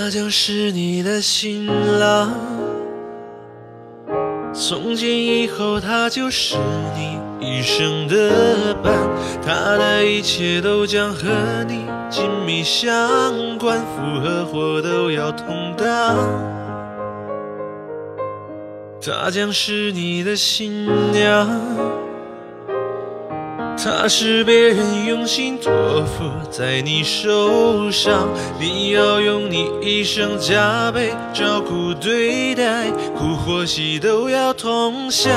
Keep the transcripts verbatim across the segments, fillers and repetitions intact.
他将是你的新郎，从今以后他就是你一生的伴，他的一切都将和你紧密相关，福和祸都要同当。她将是你的新娘，她是别人用心托付在你手上，你要用你一生加倍照顾对待，苦或喜都要同享，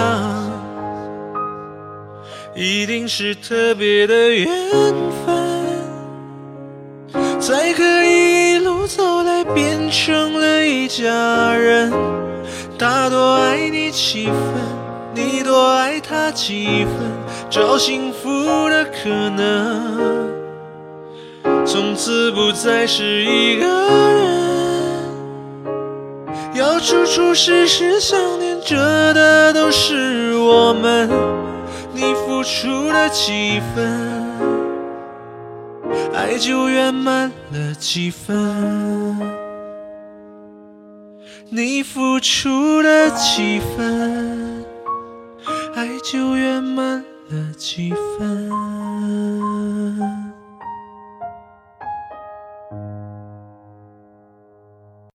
一定是特别的缘分，才可以一路走来变成了一家人。他多爱你几分，你多爱他几分，找幸福的可能，从此不再是一个人，要处处时时想念着的都是我们。你付出了几分，爱就圆满了几分，你付出了几分，爱就圆满了几分。